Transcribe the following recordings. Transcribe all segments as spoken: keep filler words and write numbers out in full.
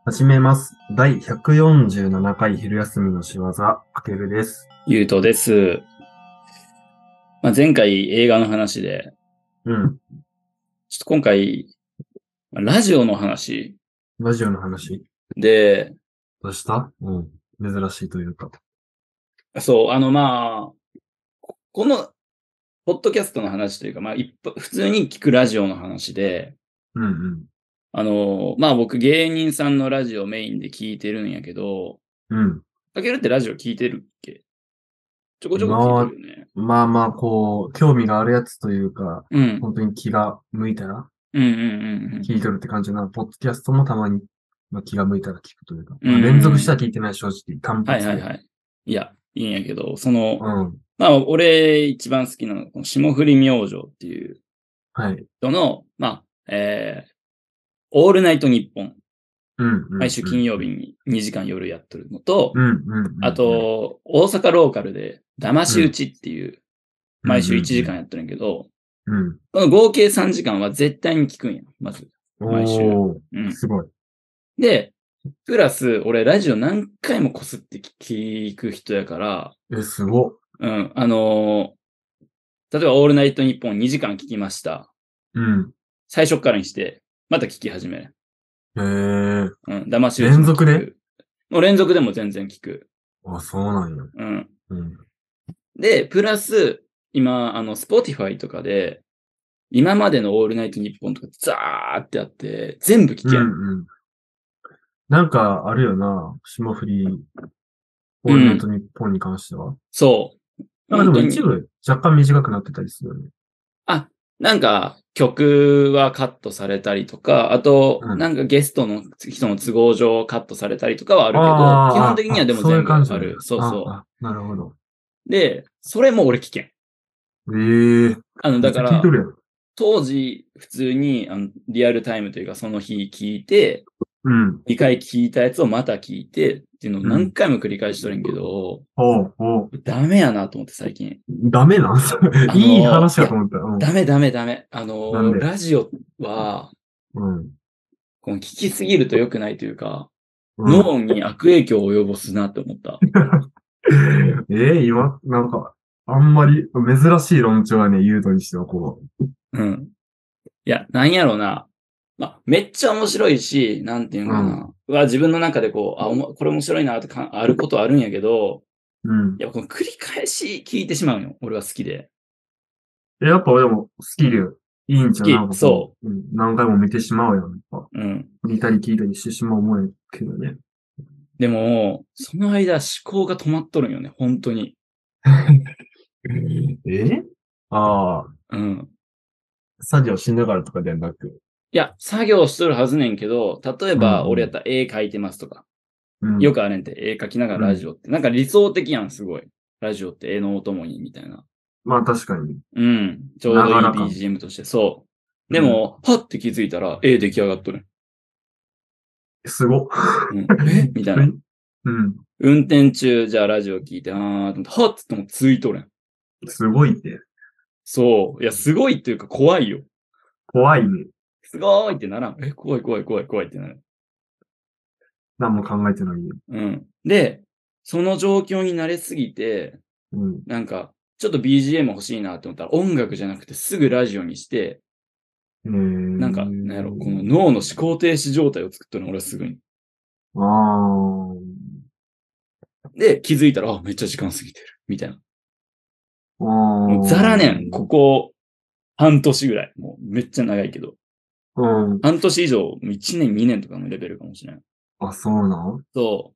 始めます。だいひゃくよんじゅうななかい昼休みの仕業、かけるです。 ゆうとです。まあ、前回映画の話で、 うん。 ちょっと今回、ラジオの話ラジオの話、 で、 どうしたうん。珍しいというか。 そう、あのまあ、ここの、ポッドキャストの話というか、まあ、一般普通に聞くラジオの話で、 うんうん。 あの、まあ僕芸人さんのラジオメインで聞いてるんやけど、 うん。 かけるってラジオ聞いてるっけ？ちょこちょこ聞いてまあ、 るよね。 まあまあ、こう、興味があるやつというか、 うん。 本当に気が向いたら、 うんうん聞いとるって感じな。ポッドキャストもたまに、まあ、気が向いたら聞くというか。 うんうん。 まあ、連続してうん。 は聞いてない、正直。単発で。 はいはいはい。いや、いいんやけど、その、 うん。 まあ俺一番好きなのは、この霜降り明星っていうはい。 人の、まあ、えー、オールナイトニッポン。 うんうん毎週金うんうん。 曜日ににじかん夜やってるのと、 うんうんうんあうん。 と、大阪ローカルで、騙し討ちっていう、 うん毎週1 うんうん時間やってるんやけど、 うん。うん。 この合計さんじかんは絶対に聞くんや。まず。毎週。 おー、 うん。 すごい。 で、プラス、俺、ラジオ何回もこすって聞く人やから、 え、すごっ。 うん。あのー例えば、オールナイトニッポンにじかん聞きました。 うん。 最初からにして、また聞き始める。 へえ、 うん。騙し討ち連続でも聞く。もう連続でも全然聞く。 あ、そうなんや。 うん。 うん。 で、プラス、今、あの、Spotify とかで、今までのオールナイトニッポンとかザーってあって、全部聞うけん。 んうん。なんか、あるよな。霜降り、オールナイトうん。 ニッポンに関しては。 そう。 なんかでも本当に。 一部、若干短くなってたりするよね。 あ、なんか、曲はカットされたりとか、あと、 うん。 なんかゲストの人の都合上カットされたりとかはあるけど、基本ああ、あ、あ、 的にはでもそういう全感じなんや。 部ある。そうあ、 そあ、なるほど。 う。で、それも俺聞けん。 ええ、 あの、 めっちゃだから、 聞いとるやん。 当時、普通に、あの、リアルタイムというか、その日聞いて、 うん、 にかい聞いたやつをまた聞いてっていうのをうん。 何回も繰り返しとるんけど、 ほう、ほう。 ダメやなと思って最近。 ダメなんそれあいいの、いや、 話かと思った。うん。 ダメダメダメ。あの、 なんでラジオは、 うん、 この聞きすぎると良くないというか、 うん。 脳に悪影響を及ぼすなって思った。 ええ今、なんか、あんまり珍しい論調はね、言うとにしてはこうん。いや、なんやろうな。まあ、めっちゃ面白いし、なんていうんう。うん、 かな。は自分の中でこう、あ、おもこれ面白いなってかあることはあるんやけど、 うん。 やっぱこの繰り返し聞いてしまうよ。俺は好きで。 え、やっぱでも好きでいいんじゃん。なん好き。 かこそう、うん、何回も見てしまうよ。やっぱ。 う。うん。 見たり聞いたりしてしまうもんやけどね。 でも、その間思考が止まっとるんよね。本当に。 えああ、 うん。 作業しながらとかではなく。 いや、作業しとるはずねんけど、例えうば、俺やんったら絵描いてますとか。 うん。うん。 よくあれんて、絵描きながうん。 らラジオって。なんか理想的やん、すごい。ラジオって絵のお供に、みたいな。 まあ確かに。 うん。ちょうどいいながら感。 ビージーエム として。そう。でうん。 も、はって気づいたら、絵出来上がっとる。 すご。 うん。えみたいな。 うん。 運転中、じゃあラジオ聞いて、あーと思って、はっつってもついとるん。 すごいって。 そう。いや、すごいっていうか怖いよ。 怖いね。 すごーいってならん。え、怖い怖い怖い怖いってなる。 何も考えてないよ。 うん。で、その状況に慣れすぎて、 うん。 なんか、ちょっと ビージーエム 欲しいなって思ったら音楽じゃなくてすぐラジオにして、 えなんか、なんやろ、このー。 脳の思考停止状態を作ったの、俺はすぐに。 ああ。 で、気づいたら、あ、めっちゃ時間過ぎてる。みたいな。 あもうザラねん、 あ。 ここ、半年ぐらい。もうめっちゃ長いけど。 うん。 半年以上、いちねん、にねんとかのレベルかもしれない。 あ、そうなんそう。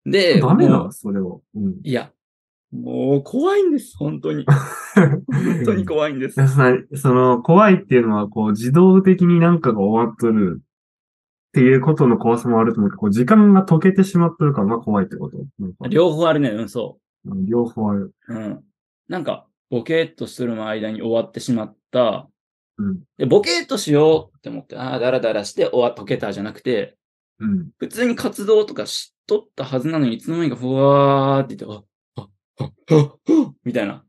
で、 ダメな、 もう、 それは。うん。 いや、もう怖いんです。本当に。本当に怖いんです。 やさ、その、怖いっていうのは、こう、自動的になんかが終わっとるっていうことの怖さもあると思うけど、こう、時間が溶けてしまっとるからが怖いってことなんか、 両方あるね。うん、そうん両方ある。 う。うん。なんか、ボケーっとする間に終わってしまった。 うん。 で、ボケーっとしようって思って、ああ、だらだらして終わ、溶けたじゃなくて、 うん。 普通に活動とかしとったはずなのに、いつの間にかふわーって言って、あ、あ、あ、あ、あみたいな。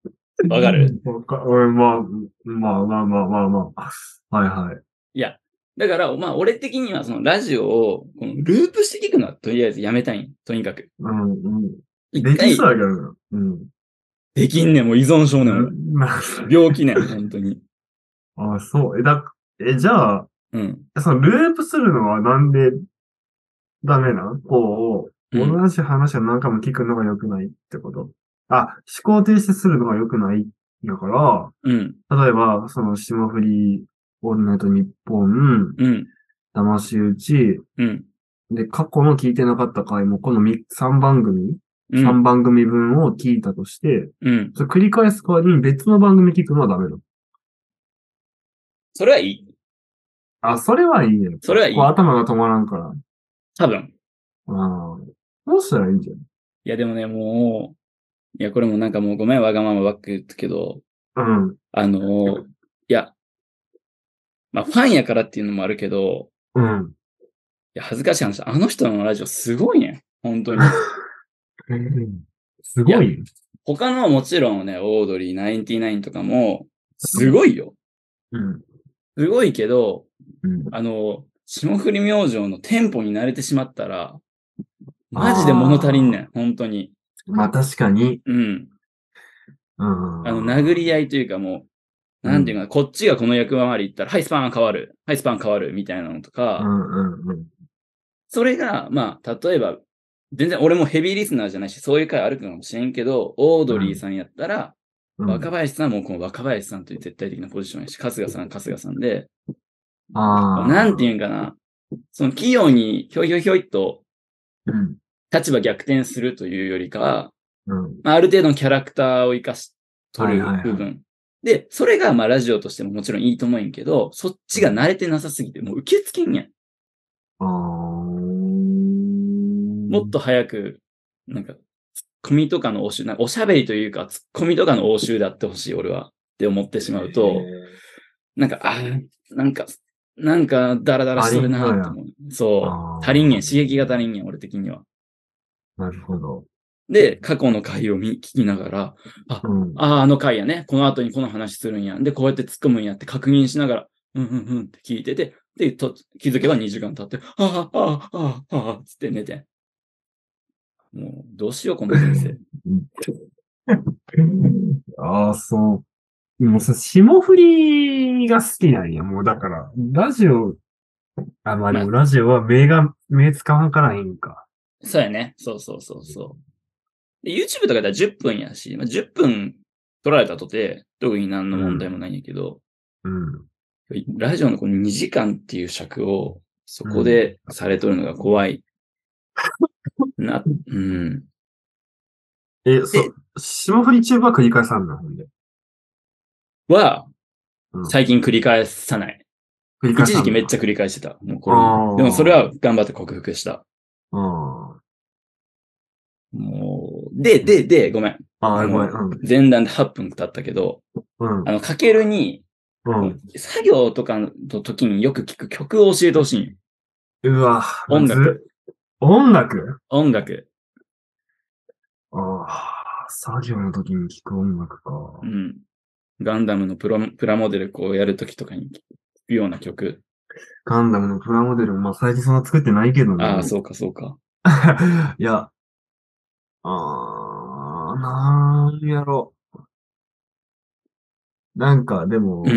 うわかる？ んわかうんまあ、まあまあまあまあまあ。はいはい。 いや、 だから、まあ、俺的にはそのラジオを、このループして聞くのはとりあえずやめたいん。とにかく。 うん、うん。 一できそう回、 やけどな。うん。 できんねん、もう依存症ねん、俺。 な、 病気ねん、本当に。 あ、そう。え、だ、え、じゃあ、 うん。 そのループするのはなんでダメなこう、 うん。 同じ話を何回も聞くのが良くないってこと。あ、思考停止するのが良くないだかうん。 ら、例えば、その霜降り、オールナイトニッポン、 うん。 騙し討ち、 うん。 で、過去の聞いてなかった回も、このさんばん組、さんうん。 ばん組分を聞いたとして、 うん。 それ繰り返す代わりに別の番組聞くのはダメだ。 それはいい。 あ、それはいいね。やっぱこうそれはいい。 頭が止まらんから。 多分。 ああ。どうしたらいいんじゃん。 いや、でもね、もう、いや、これもなんかもうごめん、わがままばっか言ったけど、 うん。 あの、いや、まあ、ファンやからっていうのもあるけど、 うん。 いや、恥ずかしい話、あの人のラジオすごいね。本当に。いや、 すごい。 他のもちろんね、オードリー、ナインティナインとかも、すごいよ。 うん。 すごいけど、 うん。 あの、霜降り明星のテンポに慣れてしまったら、マジで物足りんねああ。 ん、本当に。 まあ確かに。 うん。 うあの、 ん。 殴り合いというかもう、 うん。 なんていうかな、こっちがこの役回り行ったら、はい、スパン変わる。はい、スパン変わる。みたいなのとか、 うん。うん。うん。 それが、まあ、例えば、全然俺もヘビーリスナーじゃないし、そういう回あるかもしれんけど、オードリーさんやったら、 うん。 若林さんはもうこの若林さんという絶対的なポジションやし、春日さんは春日さんで、なんていああ。 うんかな、その器用にひょいひょいひょいっとうん。 立場逆転するというよりかは、 うん。 まあ、ある程度のキャラクターを生かしはい取るはいはい。 部分。で、それがまあラジオとしてももちろんいいと思うんやけど、そっちがうん。 慣れてなさすぎて、もう受け付けんやん。 あもっと早く、なんか、ツッコミとかの応酬、なんかおしゃべりというか、ツッコミとかの応酬であってほしい、俺は。って思ってしまうと、なんか、あーなんか、なんか、ダラダラあ。あしとるりんのや。 なって思う。そう。足りんああ。 ねん。刺激が足りんねん、俺的には。 なるほど。 で、過去の回を見、聞きながら、あ、 うん。 ああ、あの回やね。この後にこの話するんや。で、こうやって突っ込むんやって確認しながら、うんうんうんって聞いてて、で、と気づけばにじかん経って、ああ、ああ、ああ、ああ、つって寝て。もう、どうしよう、この人生。 ああ、そう。もうさ、霜降りが好きなんや。もうだから、ラジオ、あ、まあでまあ、 もラジオは目が、目使わんからへんか。 そうやね。そうそうそうそう。で YouTube とかだったらじゅっぷんやし、まあ、じゅっぷん取られたとて、特に何のうん。 問題もないんやけど、 うん。 ラジオのこのにじかんっていう尺を、そこうん。 でされとるのが怖いな、うん。 え、 で、 そ、霜降り中は繰り返さんな、ほんで。 は、 うん。 最近繰り返さない。 繰り返一時さんな。 期めっちゃ繰り返してた。もうこあれも。でもそれはあ。 頑張って克服した。 ああ。 もう、で、 うん。 で、で、ごめん。 ああ、ごめん。 あの、 うん。 前段ではっぷん経ったけど、 うん。 あの、かけるに、 うん。 作業とかの時によく聞く曲を教えてほしい。 うわ、ま音楽。 ず、音楽。 音楽。 ああ、作業の時に聞く音楽か。 うん。ガンダムのプロプラモデルこうやる時とかに聞くような曲。 ガンダムのプラモデルも、まあ最近そんな作ってないけどああ、 ね。 そうか、そうか。 いや、あー、なんやろ。なんか、でも、 うん。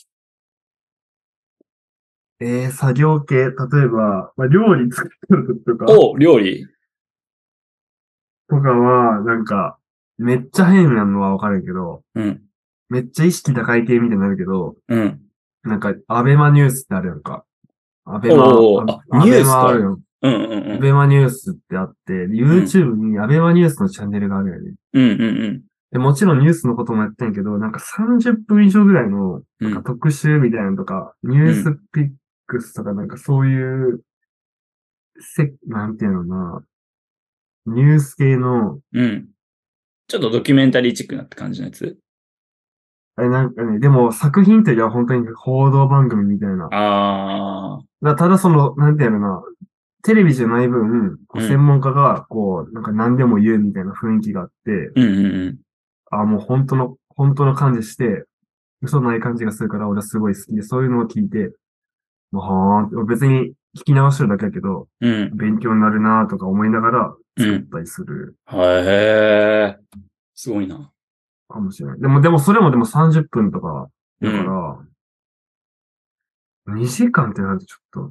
えー、作業系、例えば、まあ、料理作ってる時とか、 お、料理。 とかは、なんか、めっちゃ変なのはわかるけど、 うん。 めっちゃ意識高い系みたいになるけど、 うん。 なんか、アベマニュースってあるやんか。アベマ、 おお、あ、 アベニュースか。 マあるよ。 うんうんうん。 アベマニュースってあって、 うん。 YouTube にアベマニュースのチャンネルがあるよね。 うんうんで、もちろんニュースのこともやってんけど、なんかさんじゅっぷん以上ぐらいの、 うん。うん。 なんか特集みたいなのとか、ニュースうん。 ピックスとかなんかそういう、せ、なんていうのな、ニュース系の、 うん。ちょっとドキュメンタリーチックなって感じのやつ。 あれなんかね、でも作品というよりは本当に報道番組みたいな。 ああ。 だただその、なんていうのな、テレビじゃない分、こううん。 専門家が、こう、なんか何でも言うみたいな雰囲気があって、 うんうんうん。 あ、もう本当の、本当の感じして、嘘ない感じがするから俺はすごい好きで、そういうのを聞いて、 まあ、はー別に聞き流してるだけだけど、 うん。 勉強になるなとか思いながらうん。 作ったりするへえ。すごいな。 かもしれない。でも、でもそれもでもさんじゅっぷんとか、だかうん。 ら、にじかんってなるとちょっと、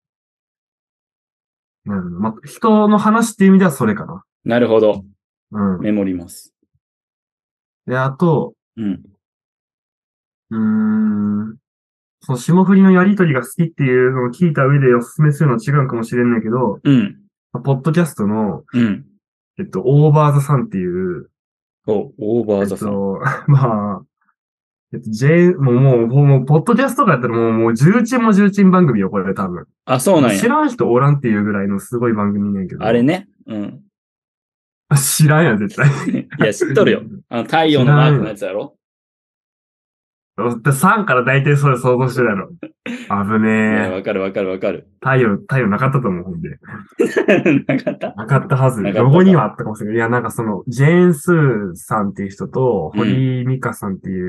なるまあ、人の話っていう意味ではそれかな。 なるほど。 うん。 メモります。 で、あと、 うん。 うーん、その霜降りのやりとりが好きっていうのを聞いた上でおすすめするのは違うかもしれないけど、 うん。 ポッドキャストの、 うん。 えっと、オーバーザさんっていう、 お、オーバえーザさん。 っと、まあ、えっと、J、もう、もう、もう、もうポッドキャストとかやったらもう、もう、重鎮も重鎮番組よ、これ多分。 あ、そうなんや。 知らん人おらんっていうぐらいのすごい番組ねんけど、 あれね。うん。 知らんやん、絶対。 いや、知っとるよ。あの、太陽知のマークのらんやん。 やつやろ？ でさんから大体それ想像してるやろ。危いや、 ねえ。 わかるわかるわかる。 太陽、太陽なかったと思う、ほんで。 なかったなかったはず。 なかったか。 ロゴにはあったかもしれない。いや、なんかその、ジェーン・スーさんっていう人と、 うん。 堀井美香さんっていう、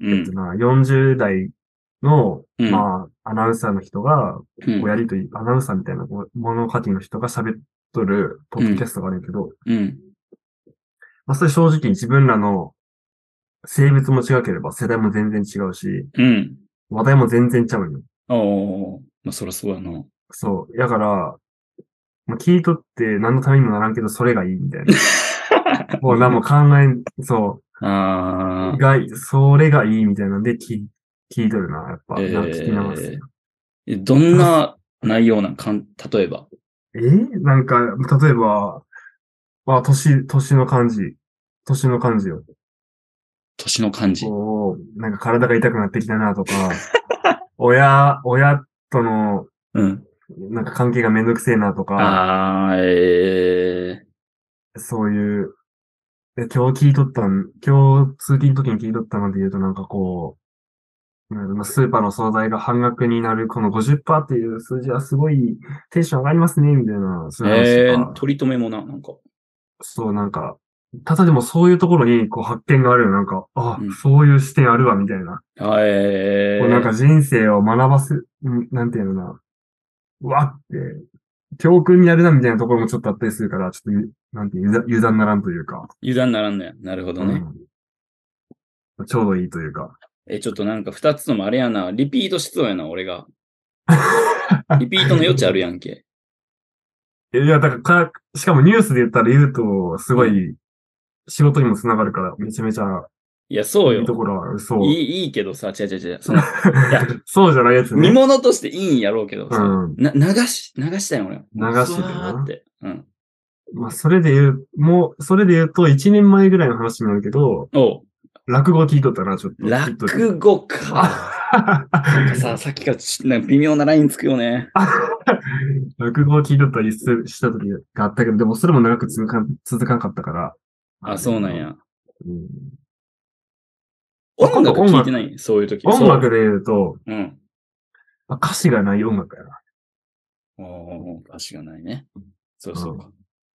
うん。 えっとな、よんじゅう代の、 うん。 まあ、アナウンサーの人が、こううん。 やりとり、アナウンサーみたいな、こう物書きの人が喋っとる、ポッうん。 ドキャストがあるんやけど、 うん。 まあ、それ正直自分らの性別も違ければ世代も全然違うし、 うん。 話題も全然ちゃうよ。 おー。まあ、そらそうやな。 そう。だから、まあ、聞いとって何のためにもならんけど、それがいいみたいな。もう何も考えん、そあう、が、それがいいみたいなんで聞、聞いとるな、やっー、 ぱ。な、聞き流す。 えー、えどんなんかす、 な内容なんかん、例えば。 えなんか、例えば、まあ、年、年の感じ。年の感じよ。 年の漢字。 こう、なんか体が痛くなってきたなとか、親、親との、 うん。 なんか関係がめんどくせえなとか、 あー、えそういう、で今日聞いとったん、今日通勤の時に聞いとったので言うとなんかこう、うんまあスーパーの惣菜が半額になるこのごじゅっパーセントっていう数字はすごいテンション上がりますね、みたいな、そー、 ういう話とえー、 か、 取り留めもな、なんか。 そうなんか、ただでもそういうところにこう発見があるよ。なんか、あ、 うん。 そういう視点あるわ、みたいな。 あこうなんえか人生を学ばせ、んなんていうのな、うわって、教訓になるな、みたいなところもちょっとあったりするから、ちょっとゆ、なんていう、油断油断ならんというか、 ー、油断ならんのや。なるほどね。 うん、ちょうどいいというか。 え、ちょっとなんか二つともあれやな。リピートしそうやな、俺が。リピートの余地あるやんけ。 いや、だからか、しかもニュースで言ったら言うと、すうん。 ごい仕事にもつながるから、めちゃめちゃいや、そういいとよ。 ころはある。そう。 いい、いいけどさ、違う違う違う。その、いや、 そうじゃないやつ見ね。 物としていいんやろうけどうさ、 ん。 な、流し、流したよ、俺。もう、 流ふしててな。 わーって。うん。 まあ、それで言う、もう、それで言うと、一年前ぐらいの話になるけど、 おう、 落語聞いとったな、ちょっと。一時。 落語か。 あなんかさ、さっきからちなんか微妙なラインつくよね。 落語を聞いとったりすした時があったけど、でもそれも長く続かん、続かんかったから、ああ、 れだけど。 そうなんや。 うん。まあ、 音楽こと音楽、 聴いてないそういう時。そ音楽で言うと、 う。うん。 まあ、歌詞がない音楽やな。 おー、歌詞がないね。そううん。 そうか。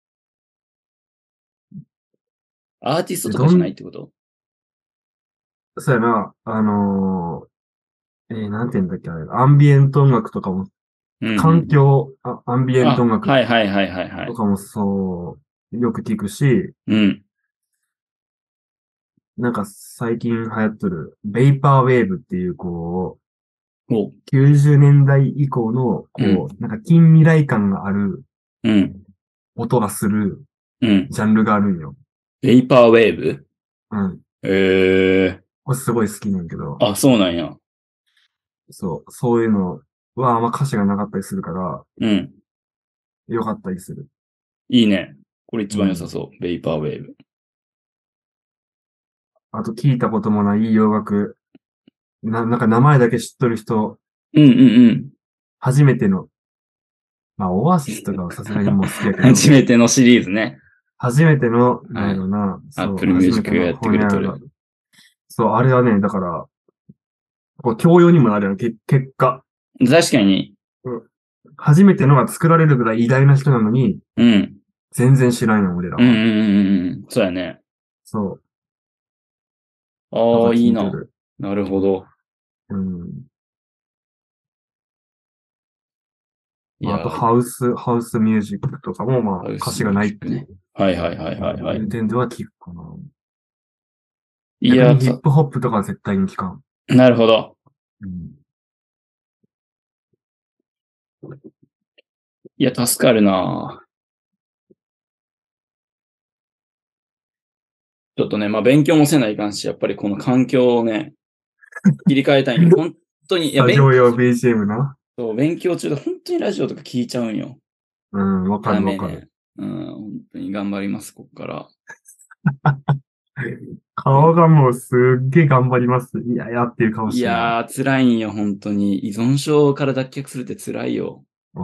アーティストで、 とかじゃないどん、 ってこと？ そうやな、あのー、えーなんて言うんだっけ、あれ、アンビエント音楽とかも、 うんうんう環ん。 境、あ、アンビエントあ、 音楽はいはいはいはいはい。 とかもそう、よく聞くし、 うん。 なんか最近流行ってる、ベイパーウェーブっていう、こう、 お、 きゅうじゅうねんだい以降の、 うん。 こう、なんか近未来感があるうん。 音がするうん。 ジャンルがあるんよ。 ベイパーウェーブ。 うん。 ええこれすごい好きなんやけど、 ー。あ、そうなんや。 そう、そういうのはあんま歌詞がなかったりするから、 うん。 よかったりする。 いいね。これ一うん。 番良さそう。ベイパーウェーブ。 あと聞いたこともない洋楽、な、なんか名前だけ知っとる人、 うんうんうん。 初めての、まあオアシスとかはさすがにもう好きやけど、 初めてのシリーズね。 初めての、なんはい。 やろな、 アッそう、 プルミュージッ初めてのクがやってくホニャララ。 れとる。 そう、あれはね、だから、こう教養にもなるよね、け、結果。 確かに、 うん初めてのが作られるぐらい偉大な人なのに、 うん。 全然知らんよ、俺らは。 うんうんうんうん。そうやね。 そう。だああ、 からいいな。 聞いてる。 なるほど。 うん。 いやまあ、あと、ハウス、ハウスミュージックとかも、まあ、 ハウス歌詞がないっていう、 ね。はいはいはいはいはい。 いう点では聞くかな。 いや、 逆にヒッたプホップとかは絶対に聞かん。 なるほど。 うん。 いや、助かるなちょっとね、まあ勉強もせないかんし、やっぱりこの環境をね、切り替えたいんよ。本当に、いや、勉強作業用 ビージーエム な。 そう勉強中で本当にラジオとか聞いちゃうんよ。 うん、わかダるわかる。 メね。うん、本当に頑張ります、ここから。 顔がもうすっげえ頑張ります。いやいやっていう顔いしてる。 やー、辛いんよ、本当に。依存症から脱却するって辛いよ。 うん。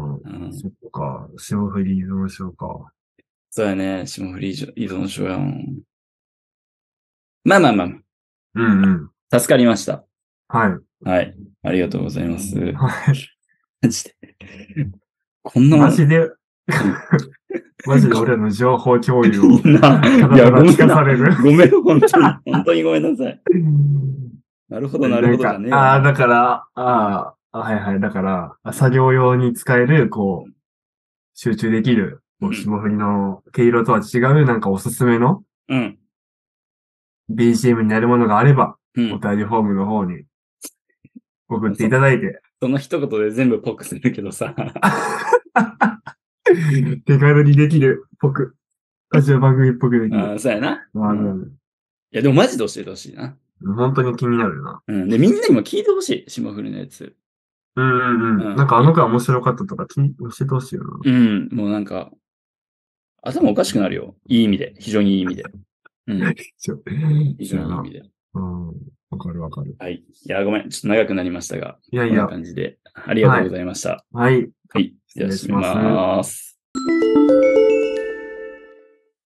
うん、 そっか。霜降り依存症か。 そうやね、霜降り依存症やもん。まあまあまあ、 うんうん。 助かりました。 はい。 はい。ありがとうございます。 はい。 マジで。こんなもん。 マジで、マジで俺らの情報共有をな、 ただいや、 ただごめんな。 聞かされる。 ごめん、本当に。本当にごめんなさい。なるほど、なるほどじゃなんか、 ねえわ。 ああ、だから、ああ、はいはい。だから、作業用に使える、こう、集中できる、こう、 うん。 霜降りの毛色とは違う、なんかおすすめのうん。 ビージーエム になるものがあれば、 うん。 お便りフォームの方に送っていそただいて、 その一言で全部ポックするけどさ。 手軽にできるっぽく、ラジオ番組っぽくできる。 あーそうやな。 まあ、 うんいや、でもマジで教えてほしいな。 本当に気になるな。 うん。で、みんなにも聞いてほしい。霜降りのやつ。 うんうんうん。 うんなんかあの子は面白かったとか、き教えてほしいよな。 うん。もうなんか、頭おかしくなるよ。いい意味で。非常にいい意味で。うん。 ちょ非そうやな。 常にいい意味で。 うん。わかるわかる。 はい。いや、ごめん。ちょっと長くなりましたが、こんないやいや、 感じで。ありがとうございました。 はい。 はい。 失礼では、閉めします。 ます。